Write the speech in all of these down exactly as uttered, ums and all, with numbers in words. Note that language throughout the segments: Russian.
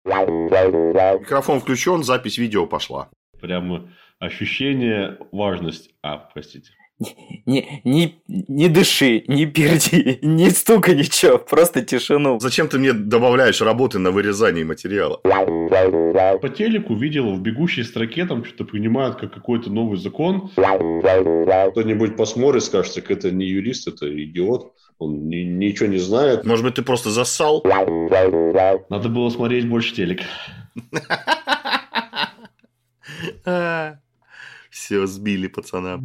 Микрофон включен, запись видео пошла. Прямо ощущение, важность. А, простите. Не, не, не дыши, не перди, не стука, ничего, просто тишину. Зачем ты мне добавляешь работы на вырезании материала? По телеку видел в бегущей строке, там что-то принимают как какой-то новый закон. Кто-нибудь посмотрит, скажет, так это не юрист, это идиот. Он ни, ничего не знает. Может быть, ты просто зассал? Надо было смотреть больше телек. Все, сбили пацана.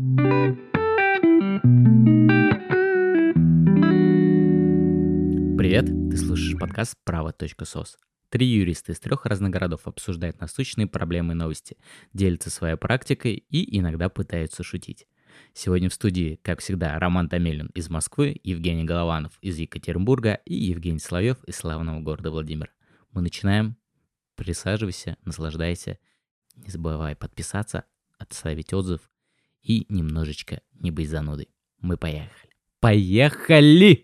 Привет, ты слушаешь подкаст право точка сос. Три юриста из трех разных городов обсуждают насущные проблемы и новости, делятся своей практикой и иногда пытаются шутить. Сегодня в студии, как всегда, Роман Томилин из Москвы, Евгений Голованов из Екатеринбурга и Евгений Соловьев из славного города Владимир. Мы начинаем. Присаживайся, наслаждайся. Не забывай подписаться, оставить отзыв и немножечко не быть занудой. Мы поехали. Поехали!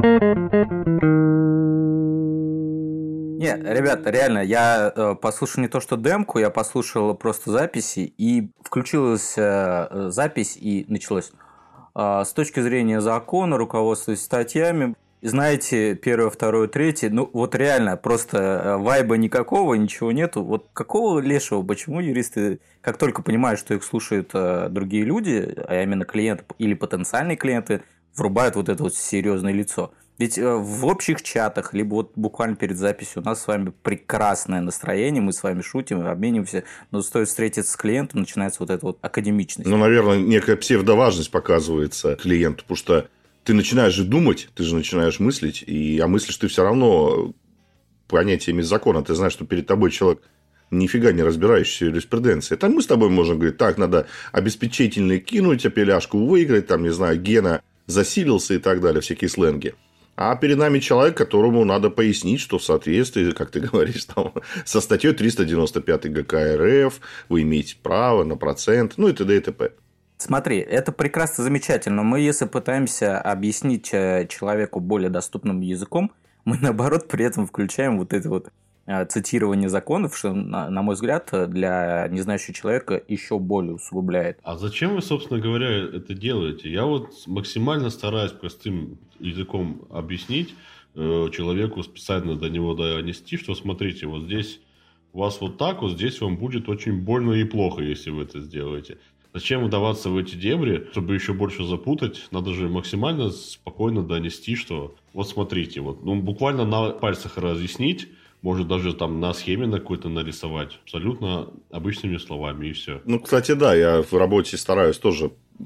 Не, ребята, реально, я э, послушал не то что демку, я послушал просто записи, и включилась э, запись, и началось. Э, с точки зрения закона, руководствуясь статьями, знаете, первое, второе, третье, ну вот реально, просто э, вайба никакого, ничего нету. Вот какого лешего, почему юристы, как только понимают, что их слушают э, другие люди, а именно клиенты или потенциальные клиенты, врубают вот это вот серьезное лицо. Ведь в общих чатах, либо вот буквально перед записью у нас с вами прекрасное настроение, мы с вами шутим, обмениваемся, но стоит встретиться с клиентом, начинается вот эта вот академичность. Ну, наверное, некая псевдоважность показывается клиенту, потому что ты начинаешь же думать, ты же начинаешь мыслить, и, а мыслишь ты все равно понятиями закона. Ты знаешь, что перед тобой человек, нифига не разбирающийся в юриспруденции. Там мы с тобой можем говорить, так, надо обеспечительный кинуть, апелляшку выиграть, там, не знаю, Гена засилился и так далее, всякие сленги. А перед нами человек, которому надо пояснить, что в соответствии, как ты говоришь, там, со статьей триста девяносто пять ГК РФ вы имеете право на процент, ну и т.д. и т.п. Смотри, это прекрасно, замечательно. Мы, если пытаемся объяснить человеку более доступным языком, мы, наоборот, при этом включаем вот это вот цитирование законов, что, на, на мой взгляд, для незнающего человека еще более усугубляет. А зачем вы, собственно говоря, это делаете? Я вот максимально стараюсь простым языком объяснить э, человеку, специально до него донести, что смотрите, вот здесь у вас вот так, вот здесь вам будет очень больно и плохо, если вы это сделаете. Зачем вдаваться в эти дебри, чтобы еще больше запутать? Надо же максимально спокойно донести, что вот смотрите, вот, ну, буквально на пальцах разъяснить, может даже там на схеме на какой-то нарисовать. Абсолютно обычными словами, и все. Ну, кстати, да, я в работе стараюсь тоже.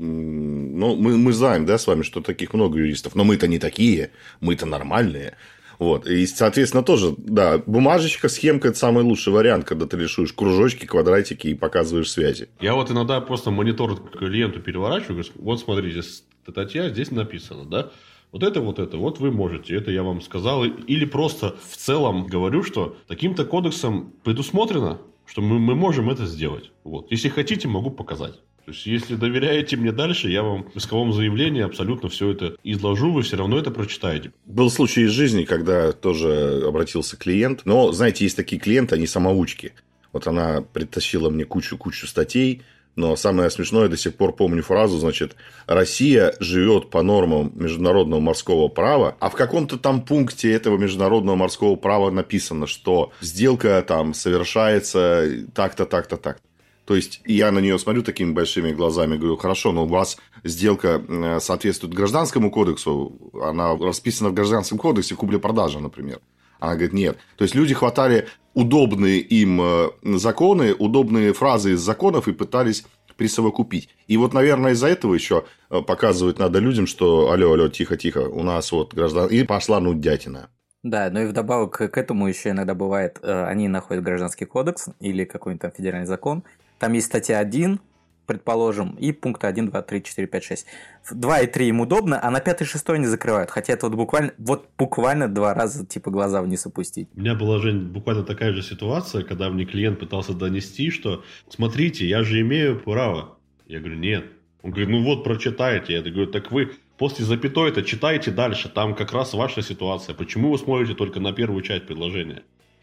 Ну, мы, мы знаем, да, с вами, что таких много юристов. Но мы-то не такие, мы-то нормальные. Вот. И, соответственно, тоже, да, бумажечка, схемка – это самый лучший вариант, когда ты рисуешь кружочки, квадратики и показываешь связи. Я вот иногда просто монитор клиенту переворачиваю, говорю, вот смотрите, статья здесь написано, да? Вот это, вот это, вот вы можете, это я вам сказал. Или просто в целом говорю, что таким-то кодексом предусмотрено, что мы, мы можем это сделать. Вот. Если хотите, могу показать. То есть, если доверяете мне дальше, я вам в исковом заявлении абсолютно все это изложу, вы все равно это прочитаете. Был случай из жизни, когда тоже обратился клиент. Но, знаете, есть такие клиенты, они самоучки. Вот она притащила мне кучу-кучу статей. Но самое смешное, до сих пор помню фразу, значит, Россия живет по нормам международного морского права, а в каком-то там пункте этого международного морского права написано, что сделка там совершается так-то, так-то, так-то. То есть, я на нее смотрю такими большими глазами, говорю, хорошо, но у вас сделка соответствует гражданскому кодексу, она расписана в гражданском кодексе купли-продажи, например. Она говорит, нет. То есть, люди хватали удобные им законы, удобные фразы из законов и пытались присовокупить. И вот, наверное, из-за этого еще показывать надо людям, что алло, алло, тихо-тихо, у нас вот граждан... И пошла нудятина. Да, но и вдобавок к этому еще иногда бывает, они находят гражданский кодекс или какой-нибудь там федеральный закон, там есть статья один, предположим, и пункты один, два, три, четыре, пять, шесть. два и три им удобно, а на пятый и шестой они закрывают. Хотя это вот буквально, вот буквально два раза типа глаза вниз опустить. У меня была, Жень, буквально такая же ситуация, когда мне клиент пытался донести, что смотрите, я же имею право. Я говорю, нет. Он говорит, ну вот, прочитайте. Я говорю, так вы после запятой-то читайте дальше, там как раз ваша ситуация. Почему вы смотрите только на первую часть предложения?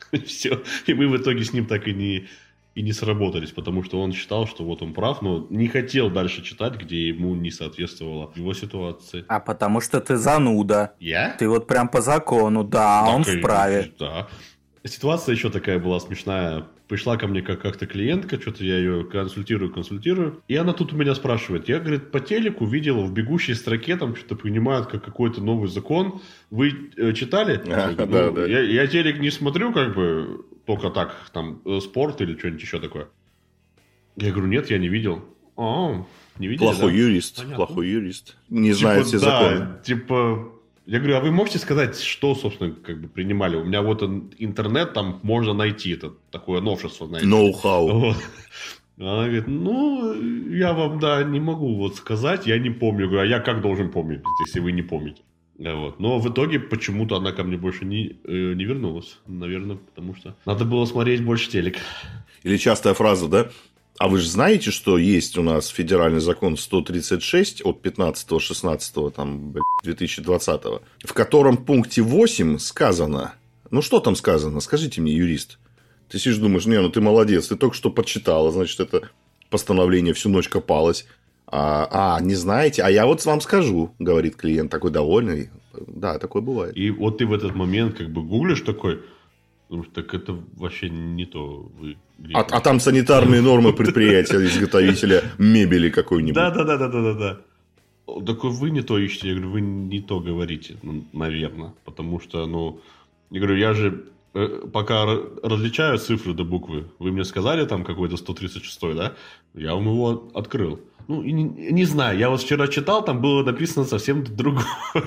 Все. И мы в итоге с ним так и не, и не сработались, потому что он считал, что вот он прав, но не хотел дальше читать, где ему не соответствовала его ситуация. А потому что ты зануда. Я? Ты вот прям по закону, да, Так он и- вправе. Да. Ситуация еще такая была смешная. Пришла ко мне как- как-то клиентка, что-то я ее консультирую, консультирую. И она тут у меня спрашивает. Я, говорит, по телеку видел в бегущей строке, там что-то принимают как какой-то новый закон. Вы э, читали? А, Я говорю, да, «Ну, да. Я, я телек не смотрю, как бы, только так, там, э, спорт или что-нибудь еще такое. Я говорю, нет, я не видел. А, не видели, Плохой да? юрист, Понятно. плохой юрист. Не Типа, знает все да, законы. Типа, я говорю, а вы можете сказать, что, собственно, как бы принимали? У меня вот он- интернет, там можно найти, это такое новшество, знаете. Ноу-хау. Вот. Она говорит, ну, я вам, да, не могу вот сказать, я не помню. Я говорю, а я как должен помнить, если вы не помните? Вот. Но в итоге почему-то она ко мне больше не, э, не вернулась. Наверное, потому что надо было смотреть больше телек. Или частая фраза, да? А вы же знаете, что есть у нас федеральный закон сто тридцать шесть от пятнадцатого шестнадцатого там, блядь, две тысячи двадцатого, в котором в пункте восемь сказано... Ну, что там сказано? Скажите мне, юрист. Ты сидишь, думаешь, не, ну ты молодец, ты только что подчитала, значит, это постановление всю ночь копалось. А, а, не знаете? А я вот вам скажу, говорит клиент, такой довольный. Да, такое бывает. И вот ты в этот момент как бы гуглишь такой, ну, так это вообще не то. Вы А, а там санитарные нормы предприятия, изготовителя мебели какой-нибудь. Да, да, да, да, да, да, да. Такой вы не то ищете, я говорю, вы не то говорите, ну, наверное, потому что, ну, я говорю, я же э, пока р- различаю цифры до буквы, вы мне сказали там какой-то сто тридцать шесть, да, я вам его открыл. Ну, и не, не знаю, я вот вчера читал, там было написано совсем другое.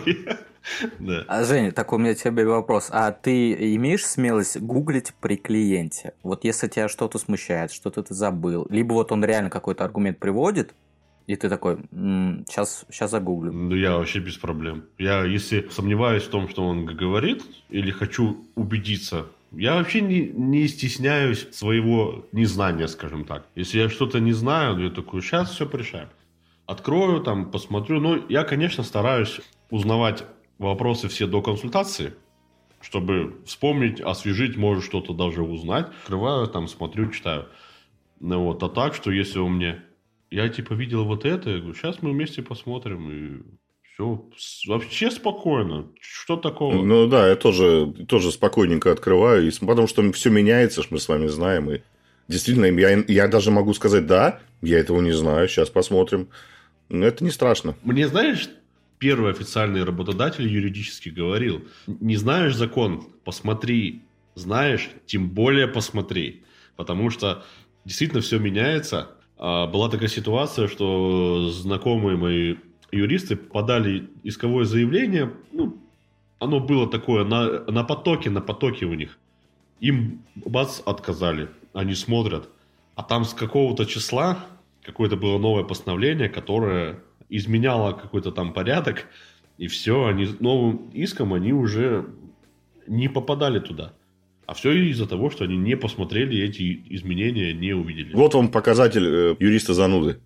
Да. А, Женя, такой у меня тебе вопрос. А ты имеешь смелость гуглить при клиенте? Вот если тебя что-то смущает, что-то ты забыл, либо вот он реально какой-то аргумент приводит, и ты такой, «М, сейчас, сейчас загуглю». Ну, я вообще без проблем. Я, если сомневаюсь в том, что он г- говорит, или хочу убедиться, я вообще не, не стесняюсь своего незнания, скажем так. Если я что-то не знаю, я такой, сейчас все порешаем. Открою, там, посмотрю. Ну, я, конечно, стараюсь узнавать вопросы все до консультации, чтобы вспомнить, освежить, может, что-то даже узнать. Открываю, там, смотрю, читаю. Ну, вот, а так, что если у меня... Я, типа, видел вот это, я говорю, сейчас мы вместе посмотрим, и все, вообще спокойно. Что такого? Ну да, я тоже, тоже спокойненько открываю, и см- потому что все меняется, ж мы с вами знаем. И действительно, я, я даже могу сказать, да, я этого не знаю, сейчас посмотрим. Но это не страшно. Мне, знаешь, первый официальный работодатель юридически говорил, не знаешь закон, посмотри, знаешь, тем более посмотри. Потому что действительно все меняется. А, Была такая ситуация, что знакомые мои юристы подали исковое заявление, ну, оно было такое на, на потоке, на потоке у них. Им, бац, отказали. Они смотрят. А там с какого-то числа какое-то было новое постановление, которое изменяло какой-то там порядок. И все, они с новым иском они уже не попадали туда. А все из-за того, что они не посмотрели эти изменения, не увидели. Вот вам показатель э, юриста-зануды.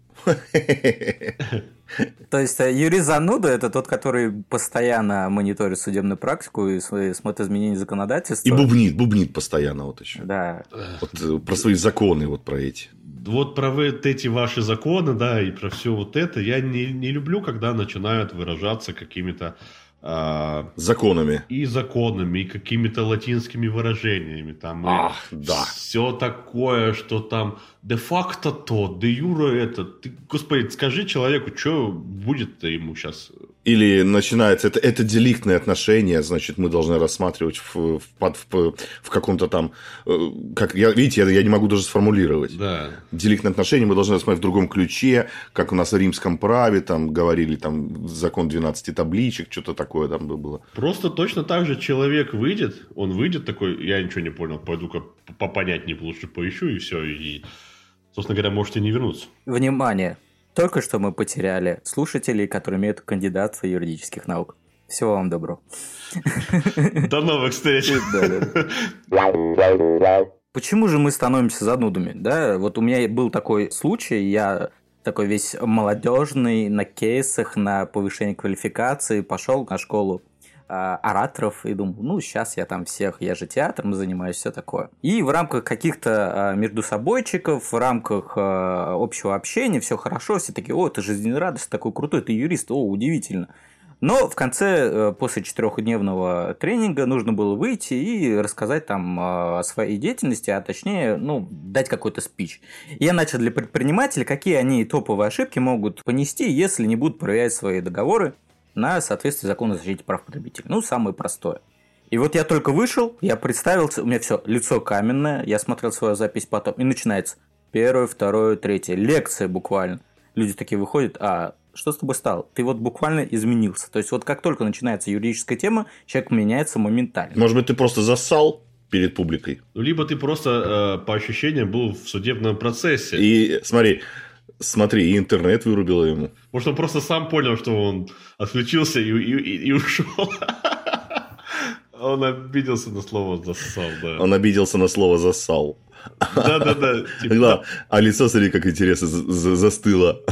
То есть э, юрист зануда – это тот, который постоянно мониторит судебную практику и см- смотрит изменения законодательства. И бубнит, бубнит постоянно вот еще. Да. Вот, э, про свои законы вот про эти. Вот про вот эти ваши законы, да, и про все вот это, я не, не люблю, когда начинают выражаться какими-то а, Законами. и законами, и какими-то латинскими выражениями. Там, Ах, да. Все такое, что там де-факто то, де-юре это. Ты, господи, скажи человеку, что будет-то ему сейчас. Или начинается, это, это деликтные отношения, значит, мы должны рассматривать в, в, под- в, в каком-то там... э, Как, я, видите, я, я не могу даже сформулировать. Да. Деликтные отношения мы должны рассматривать в другом ключе, как у нас в римском праве, там говорили, там, закон двенадцати табличек, что-то такое там было. Просто точно так же человек выйдет, он выйдет такой, я ничего не понял, пойду-ка попонятнее лучше поищу, и все, и, собственно говоря, можете не вернуться. Внимание! Только что мы потеряли слушателей, которые имеют кандидатство юридических наук. Всего вам доброго. До новых встреч! Почему же мы становимся занудами? Да, вот у меня был такой случай, я такой весь молодежный, на кейсах, на повышение квалификации, пошел на школу ораторов и думал, ну, сейчас я там всех, я же театром занимаюсь, все такое. И в рамках каких-то между собойчиков, в рамках общего общения, все хорошо, все такие, о, ты жизнерадостный, такой крутой, ты юрист, о, удивительно. Но в конце, после четырехдневного тренинга, нужно было выйти и рассказать там о своей деятельности, а точнее, ну, дать какой-то спич. И я начал для предпринимателей, какие они топовые ошибки могут понести, если не будут проверять свои договоры на соответствие закону о защите прав потребителей. Ну, самое простое. И вот я только вышел, я представился, у меня все, лицо каменное, я смотрел свою запись потом, и начинается первое, второе, третье, лекция буквально. Люди такие выходят, а... Что с тобой стало? Ты вот буквально изменился. То есть, вот как только начинается юридическая тема, человек меняется моментально. Может быть, ты просто зассал перед публикой? Ну, либо ты просто, э, по ощущениям, был в судебном процессе. И смотри, смотри, и интернет вырубило ему. Может, он просто сам понял, что он отключился и, и, и ушел. Он обиделся на слово «зассал», да. Он обиделся на слово «зассал». Да-да-да. Типа... А лицо, смотри, как интересно застыло.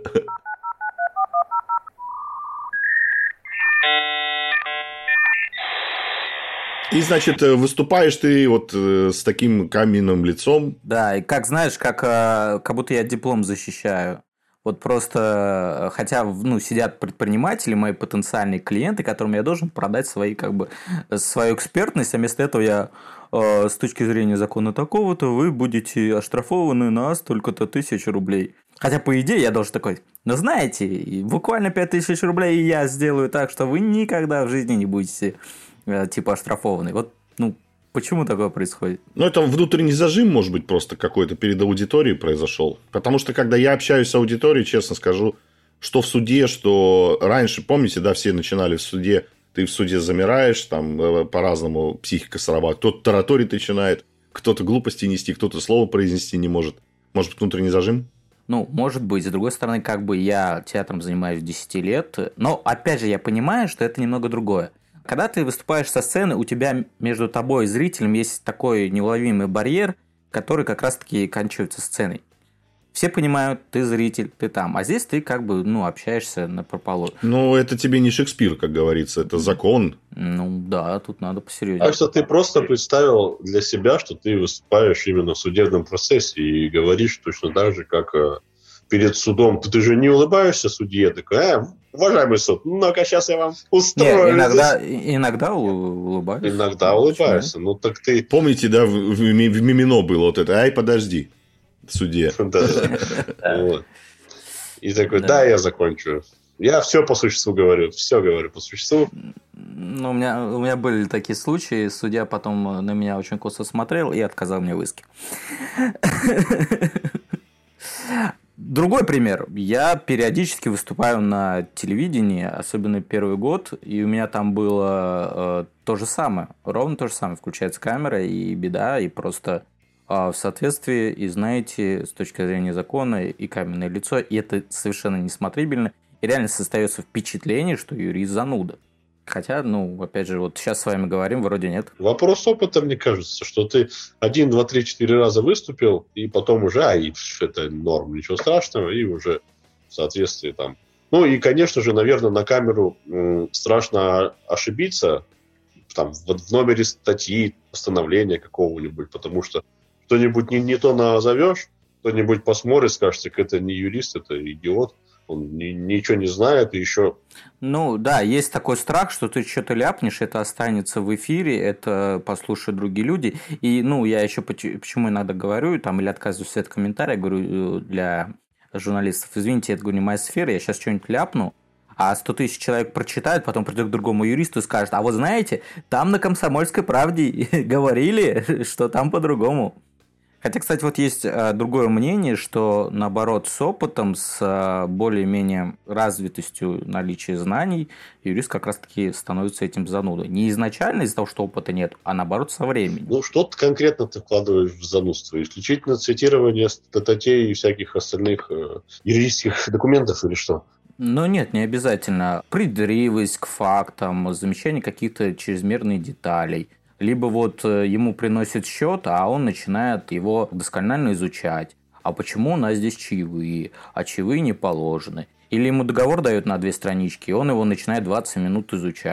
И, значит, выступаешь ты вот с таким каменным лицом. Да, и как, знаешь, как, как будто я диплом защищаю. Вот просто, хотя, ну, сидят предприниматели, мои потенциальные клиенты, которым я должен продать свои, как бы, свою экспертность, а вместо этого я э, с точки зрения закона такого-то вы будете оштрафованы на столько-то тысяч рублей. Хотя, по идее, я должен такой, ну, знаете, буквально пять тысяч рублей, и я сделаю так, что вы никогда в жизни не будете... типа оштрафованный. Вот, ну, почему такое происходит? Ну, это внутренний зажим, может быть, просто какой-то перед аудиторией произошел. Потому что, когда я общаюсь с аудиторией, честно скажу, что в суде, что раньше, помните, да, все начинали в суде, ты в суде замираешь, там по-разному психика срабатывает. Кто-то тараторить начинает, кто-то глупости нести, кто-то слово произнести не может. Может быть, внутренний зажим? Ну, может быть. С другой стороны, как бы я театром занимаюсь десять лет, но, опять же, я понимаю, что это немного другое. Когда ты выступаешь со сцены, у тебя между тобой и зрителем есть такой неуловимый барьер, который как раз-таки кончается сценой. Все понимают, ты зритель, ты там. А здесь ты как бы, ну, общаешься напропалую. Ну, это тебе не Шекспир, как говорится, это закон. Ну, да, тут надо посерьезнее. Так что ты просто представил для себя, что ты выступаешь именно в судебном процессе и говоришь точно так же, как перед судом. Ты же не улыбаешься судье, такой, э, уважаемый суд, ну-ка, сейчас я вам устрою. Нет, иногда, иногда улыбаюсь. Иногда улыбаешься. Ну, так ты... Помните, да, в, в, в Мимино было вот это, ай, подожди, судья. И такой, да, я закончу. Я все по существу говорю, все говорю по существу. Ну, у меня, у меня были такие случаи, судья потом на меня очень косо смотрел и отказал мне в иске. Другой пример. Я периодически выступаю на телевидении, особенно первый год, и у меня там было э, то же самое, ровно то же самое. Включается камера, и беда, и просто э, в соответствии, и знаете, с точки зрения закона, и каменное лицо, и это совершенно несмотрибельно. И реально создается впечатление, что юрист зануда. Хотя, ну, опять же, вот сейчас с вами говорим, вроде нет. Вопрос опыта, мне кажется, что ты один, два, три, четыре раза выступил, и потом уже, а, и это норм, ничего страшного, и уже в соответствии там. Ну, и, конечно же, наверное, на камеру м, страшно ошибиться, там, в, в номере статьи, постановления какого-нибудь, потому что что-нибудь не, не то назовешь, кто-нибудь посмотрит, скажет, так это не юрист, это идиот. Он ни, ничего не знает, и еще... Ну, да, есть такой страх, что ты что-то ляпнешь, это останется в эфире, это послушают другие люди. И, ну, я еще почему иногда говорю, там, или отказываюсь от комментария, говорю для журналистов, извините, это, говорю, не моя сфера, я сейчас что-нибудь ляпну, а сто тысяч человек прочитают, потом придет к другому юристу и скажет, а вот знаете, там на «Комсомольской правде» говорили, что там по-другому. Хотя, кстати, вот есть э, другое мнение, что, наоборот, с опытом, с э, более-менее развитостью наличия знаний, юрист как раз-таки становится этим занудой. Не изначально из-за того, что опыта нет, а наоборот, со временем. Ну, что ты конкретно ты вкладываешь в занудство? Исключительно цитирование статей и всяких остальных э, юридических документов или что? Ну, нет, не обязательно. Придыриваясь к фактам, замечание каких-то чрезмерных деталей. Либо вот ему приносят счет, а он начинает его досконально изучать. А почему у нас здесь чаевые? А чаевые не положены. Или ему договор дают на две странички, и он его начинает двадцать минут изучать.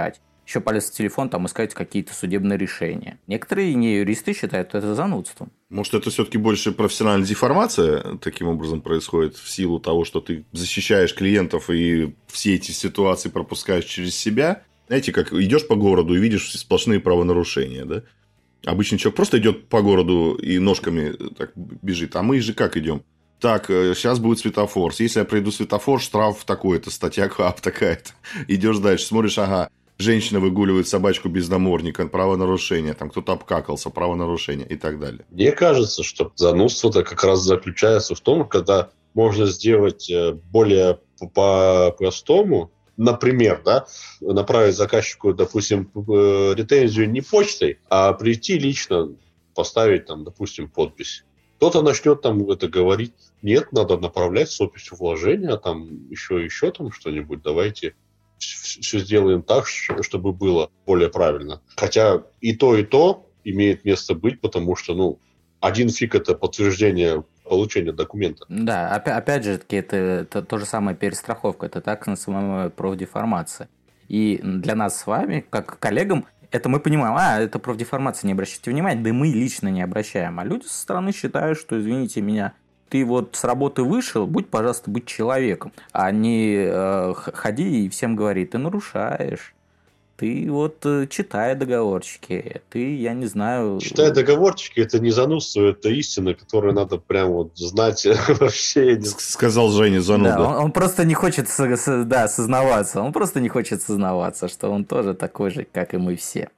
еще полез в телефон там искать какие-то судебные решения. Некоторые не юристы считают это занудством. Может, это все-таки больше профессиональная деформация таким образом происходит в силу того, что ты защищаешь клиентов и все эти ситуации пропускаешь через себя? Знаете, как идешь по городу и видишь сплошные правонарушения, да? Обычный человек просто идет по городу и ножками так бежит. А мы же как идем? Так, сейчас будет светофор. Если я пройду светофор, штраф такой-то, статья КАП такая-то. Идешь дальше, смотришь, ага, женщина выгуливает собачку без намордника, правонарушение. Там кто-то обкакался, правонарушение и так далее. Мне кажется, что занудство-то как раз заключается в том, когда можно сделать более по-простому. Например, да, направить заказчику, допустим, ретензию не почтой, а прийти лично, поставить там, допустим, подпись. Кто-то начнет там это говорить, нет, надо направлять с описью вложения, там еще, еще там что-нибудь, давайте все сделаем так, чтобы было более правильно. Хотя и то, и то имеет место быть, потому что, ну, один фиг это подтверждение получения документа. Да, опять, опять же, таки, это, это то же самое перестраховка, это так называемая профдеформация. И для нас с вами, как коллегам, это мы понимаем, а, это профдеформация, не обращайте внимания, да мы лично не обращаем. А люди со стороны считают, что, извините меня, ты вот с работы вышел, будь, пожалуйста, быть человеком, а не э, ходи и всем говори, ты нарушаешь. Ты вот э, читай договорчики, ты, я не знаю... Читай договорчики, это не занудство, это истина, которую надо прям вот знать вообще. Сказал Женя зануда. Да, он, он просто не хочет со, со, да, сознаваться, он просто не хочет сознаваться, что он тоже такой же, как и мы все.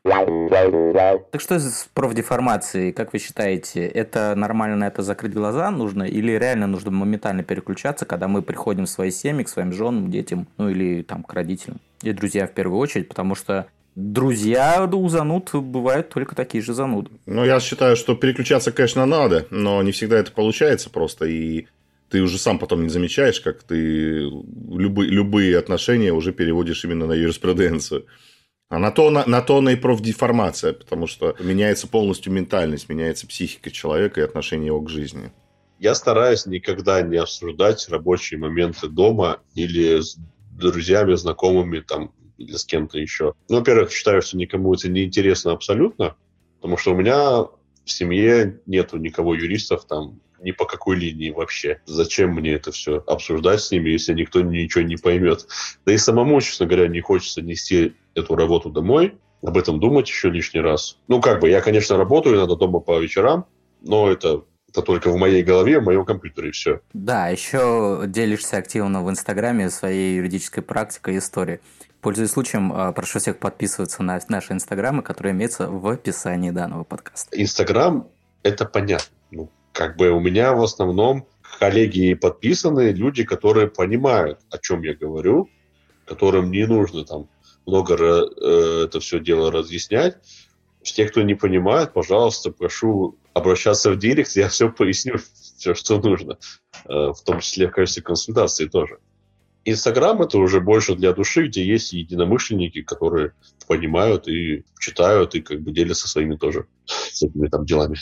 Так что с профдеформацией, как вы считаете, это нормально на это закрыть глаза нужно, или реально нужно моментально переключаться, когда мы приходим в свои семьи, к своим женам, детям, ну или там к родителям? И друзья в первую очередь, потому что друзья у зануд бывают только такие же зануды. Ну, я считаю, что переключаться, конечно, надо, но не всегда это получается просто. И ты уже сам потом не замечаешь, как ты любые, любые отношения уже переводишь именно на юриспруденцию. А на то, на, на то она и профдеформация, потому что меняется полностью ментальность, меняется психика человека и отношение его к жизни. Я стараюсь никогда не обсуждать рабочие моменты дома или с друзьями, знакомыми там, или с кем-то еще. Ну, во-первых, считаю, что никому это не интересно абсолютно, потому что у меня в семье нету никого юристов там ни по какой линии вообще. Зачем мне это все обсуждать с ними, если никто ничего не поймет? Да и самому, честно говоря, не хочется нести эту работу домой, об этом думать еще лишний раз. Ну, как бы, я, конечно, работаю, надо дома по вечерам, но это... Это только в моей голове, в моем компьютере, и все. Да, еще делишься активно в Инстаграме своей юридической практикой и историей. Пользуясь случаем, прошу всех подписываться на наши Инстаграмы, которые имеются в описании данного подкаста. Инстаграм – это понятно. Ну, как бы у меня в основном коллеги подписаны, люди, которые понимают, о чем я говорю, которым не нужно там много э, это все дело разъяснять. Те, кто не понимает, пожалуйста, прошу обращаться в директ, я все поясню, все, что нужно. В том числе в качестве консультации тоже. Инстаграм – это уже больше для души, где есть единомышленники, которые понимают и читают, и как бы делятся своими тоже всякими там делами.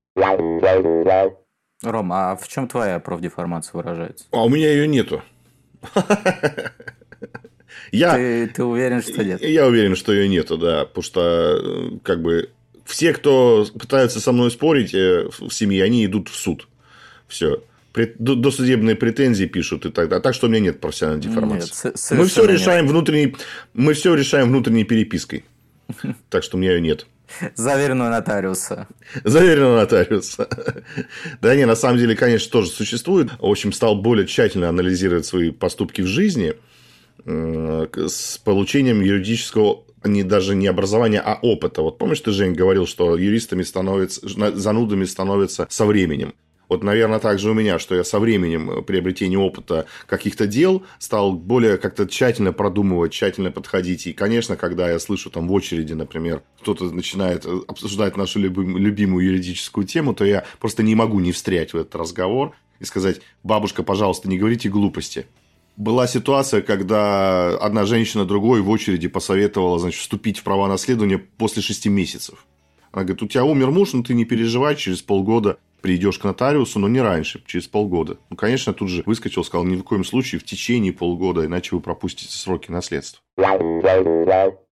Ром, а в чем твоя профдеформация выражается? А у меня ее нету. Я, ты, ты уверен, что нет? Я уверен, что ее нету, да. Потому что, как бы, все, кто пытаются со мной спорить в семье, они идут в суд. Все. Досудебные претензии пишут и так далее. Так что у меня нет профессиональной деформации. Нет, мы все решаем нет. внутренней, мы все решаем внутренней перепиской. Так что у меня ее нет. Заверенного нотариуса. Заверенного нотариуса. Да не, на самом деле, конечно, тоже существует. В общем, стал более тщательно анализировать свои поступки в жизни с получением юридического не даже не образования, а опыта. Вот помнишь, ты, Жень, говорил, что юристами становятся, занудами становятся со временем. Вот, наверное, так же у меня, что я со временем приобретения опыта каких-то дел стал более как-то тщательно продумывать, тщательно подходить. И, конечно, когда я слышу там в очереди, например, кто-то начинает обсуждать нашу любимую юридическую тему, то я просто не могу не встрять в этот разговор и сказать: бабушка, пожалуйста, не говорите глупости. Была ситуация, когда одна женщина другой в очереди посоветовала, значит, вступить в права наследования после шести месяцев. Она говорит: у тебя умер муж, но ты не переживай, через полгода придешь к нотариусу, но не раньше, через полгода. Ну, конечно, тут же выскочил, сказал: ни в коем случае в течение полгода, иначе вы пропустите сроки наследства.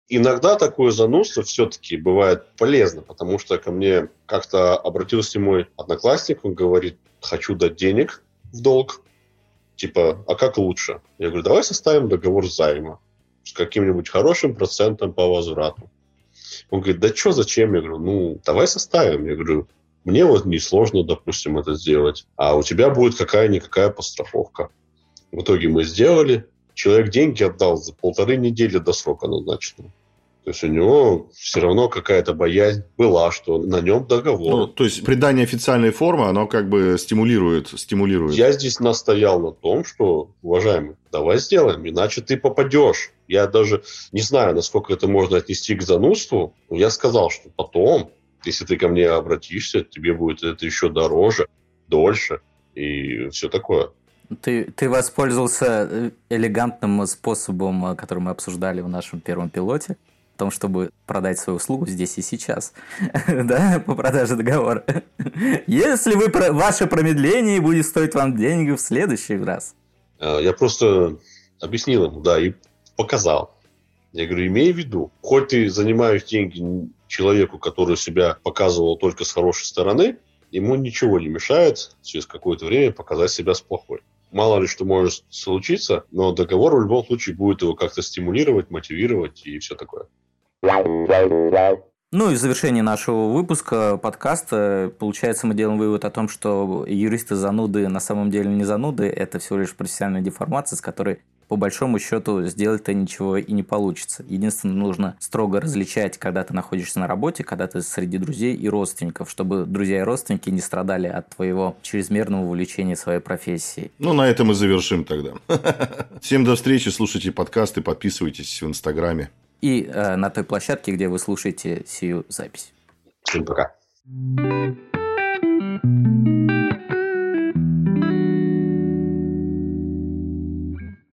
Иногда такое занудство все-таки бывает полезно, потому что ко мне как-то обратился мой одноклассник, он говорит, хочу дать денег в долг, типа, а как лучше? Я говорю, давай составим договор займа с каким-нибудь хорошим процентом по возврату. Он говорит, да что, зачем? Я говорю, ну, давай составим. Я говорю, мне вот несложно, допустим, это сделать, а у тебя будет какая-никакая подстраховка. В итоге мы сделали. Человек деньги отдал за полторы недели до срока назначенного. То есть у него все равно какая-то боязнь была, что на нем договор. Ну, то есть придание официальной формы, оно как бы стимулирует, стимулирует. Я здесь настоял на том, что, уважаемый, давай сделаем, иначе ты попадешь. Я даже не знаю, насколько это можно отнести к занудству, но я сказал, что потом, если ты ко мне обратишься, тебе будет это еще дороже, дольше и все такое. Ты, ты воспользовался элегантным способом, который мы обсуждали в нашем первом пилоте, о том, чтобы продать свою услугу здесь и сейчас, да, по продаже договора. Если вы, ваше промедление будет стоить вам денег в следующий раз. Я просто объяснил ему, да, и показал. Я говорю, имей в виду, хоть ты занимаешь деньги человеку, который себя показывал только с хорошей стороны, ему ничего не мешает через какое-то время показать себя с плохой. Мало ли что может случиться, но договор в любом случае будет его как-то стимулировать, мотивировать и все такое. Ну и в завершении нашего выпуска подкаста, получается, мы делаем вывод о том, что юристы-зануды на самом деле не зануды, это всего лишь профессиональная деформация, с которой по большому счету сделать-то ничего и не получится. Единственное, нужно строго различать, когда ты находишься на работе, когда ты среди друзей и родственников, чтобы друзья и родственники не страдали от твоего чрезмерного увлечения своей профессией. Ну, на этом мы завершим тогда. Всем до встречи, слушайте подкасты, подписывайтесь в Инстаграме. И э, на той площадке, где вы слушаете сию запись. Всем пока.